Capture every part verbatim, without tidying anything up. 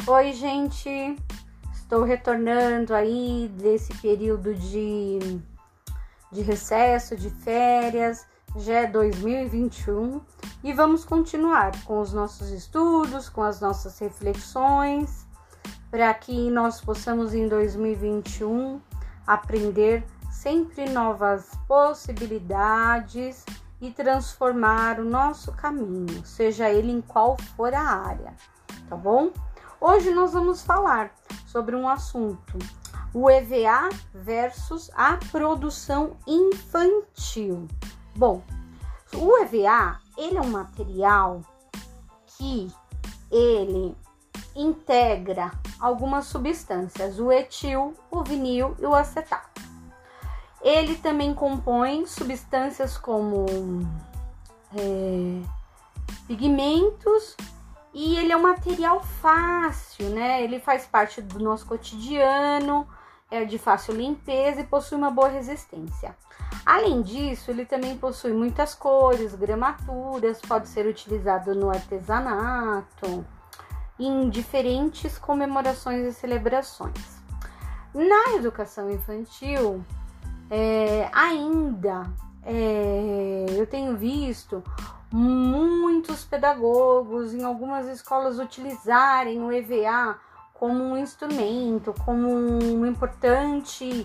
Oi, gente, estou retornando aí desse período de, de recesso, de férias, já é dois mil e vinte e um e vamos continuar com os nossos estudos, com as nossas reflexões, para que nós possamos em dois mil e vinte e um aprender sempre novas possibilidades e transformar o nosso caminho, seja ele em qual for a área, tá bom? Hoje nós vamos falar sobre um assunto, o E V A versus a produção infantil. Bom, o E V A, ele é um material que ele integra algumas substâncias, o etil, o vinil e o acetato. Ele também compõe substâncias como é, pigmentos, e ele é um material fácil, né? Ele faz parte do nosso cotidiano, é de fácil limpeza e possui uma boa resistência. Além disso, ele também possui muitas cores, gramaturas, pode ser utilizado no artesanato, em diferentes comemorações e celebrações. Na educação infantil, é, ainda é, eu tenho visto muitos pedagogos em algumas escolas utilizarem o E V A como um instrumento, como um importante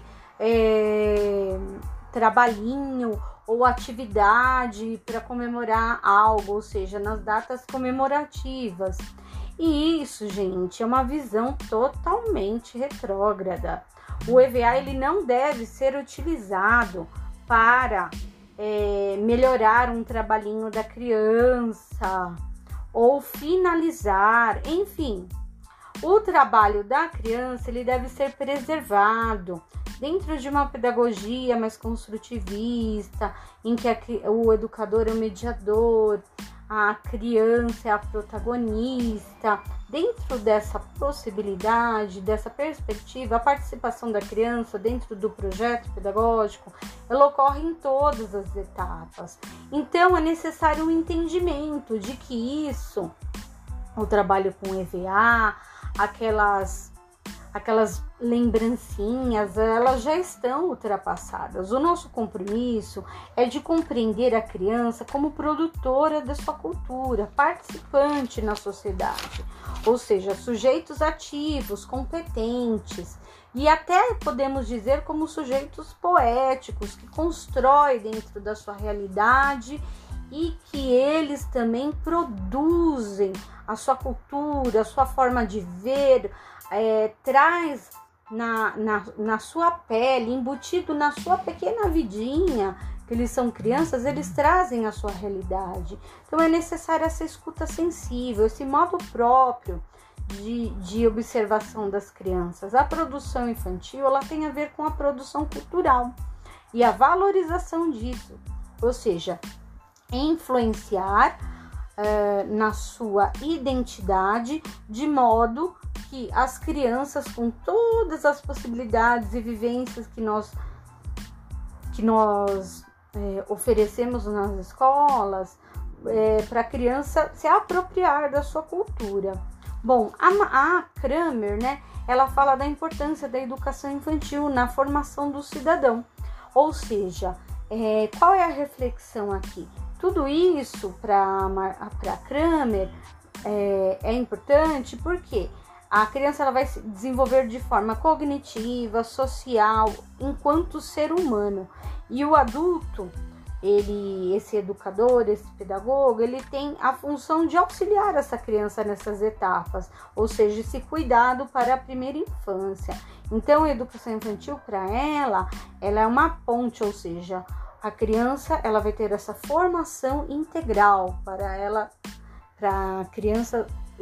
é, trabalhinho ou atividade para comemorar algo, ou seja, nas datas comemorativas. E isso, gente, é uma visão totalmente retrógrada. O E V A ele não deve ser utilizado para É, melhorar um trabalhinho da criança ou finalizar, enfim, o trabalho da criança ele deve ser preservado dentro de uma pedagogia mais construtivista, em que a, o educador é o mediador, a criança é a protagonista. Dentro dessa possibilidade, dessa perspectiva, a participação da criança dentro do projeto pedagógico, ela ocorre em todas as etapas. Então, é necessário um entendimento de que isso, o trabalho com E V A, aquelas, aquelas lembrancinhas, elas já estão ultrapassadas. O nosso compromisso é de compreender a criança como produtora da sua cultura, participante na sociedade, ou seja, sujeitos ativos, competentes, e até podemos dizer como sujeitos poéticos que constroem dentro da sua realidade e que eles também produzem a sua cultura, a sua forma de ver, é, traz na, na, na sua pele, embutido na sua pequena vidinha, que eles são crianças, eles trazem a sua realidade. Então é necessária essa escuta sensível, esse modo próprio de, de observação das crianças. A produção infantil ela tem a ver com a produção cultural e a valorização disso, ou seja, influenciar uh, na sua identidade, de modo que as crianças, com todas as possibilidades e vivências que nós, que nós é, oferecemos nas escolas, é, para a criança se apropriar da sua cultura. Bom, a, a Kramer, né, ela fala da importância da educação infantil na formação do cidadão. Ou seja, é, qual é a reflexão aqui? Tudo isso para a Kramer é, é importante porque a criança ela vai se desenvolver de forma cognitiva, social, enquanto ser humano. E o adulto, ele, esse educador, esse pedagogo, ele tem a função de auxiliar essa criança nessas etapas, ou seja, esse cuidado para a primeira infância. Então, a educação infantil, para ela, ela é uma ponte, ou seja, a criança ela vai ter essa formação integral para ela, para a criança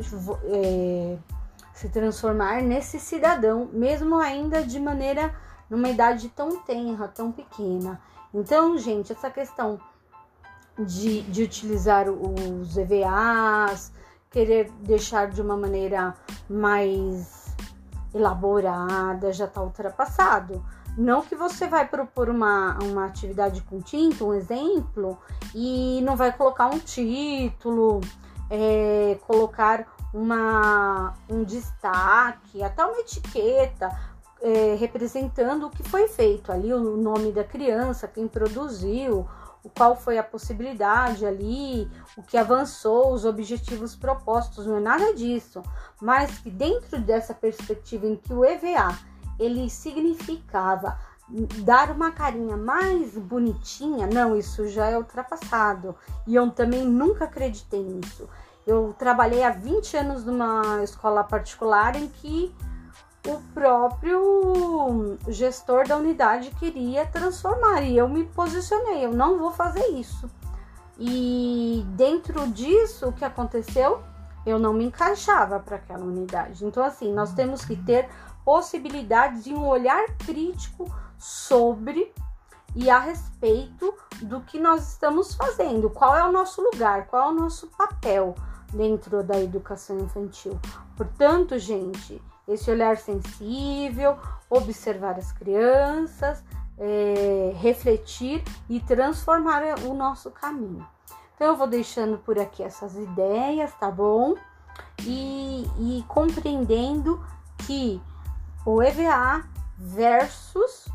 é, se transformar nesse cidadão, mesmo ainda de maneira, numa idade tão tenra, tão pequena. Então, gente, essa questão de, de utilizar os E V As, querer deixar de uma maneira mais elaborada, já está ultrapassado. Não que você vai propor uma, uma atividade com tinta, um exemplo, e não vai colocar um título, é, colocar uma, um destaque, até uma etiqueta é, representando o que foi feito ali, o nome da criança, quem produziu, qual foi a possibilidade ali, o que avançou, os objetivos propostos, não é nada disso, mas que dentro dessa perspectiva em que o E V A ele significava dar uma carinha mais bonitinha, não, isso já é ultrapassado, e eu também nunca acreditei nisso. Eu trabalhei há vinte anos numa escola particular em que o próprio gestor da unidade queria transformar e eu me posicionei, eu não vou fazer isso. E dentro disso, o que aconteceu? Eu não me encaixava para aquela unidade. Então, assim, nós temos que ter possibilidades e um olhar crítico sobre e a respeito do que nós estamos fazendo, qual é o nosso lugar, qual é o nosso papel dentro da educação infantil. Portanto, gente, esse olhar sensível, observar as crianças, é, refletir e transformar o nosso caminho. Então, eu vou deixando por aqui essas ideias, tá bom? E, e compreendendo que o E V A versus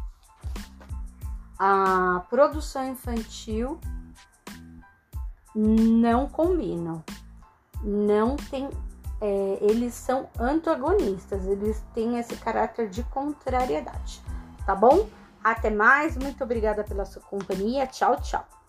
a produção infantil não combinam, não tem, é, eles são antagonistas, eles têm esse caráter de contrariedade, tá bom? Até mais, muito obrigada pela sua companhia, tchau, tchau!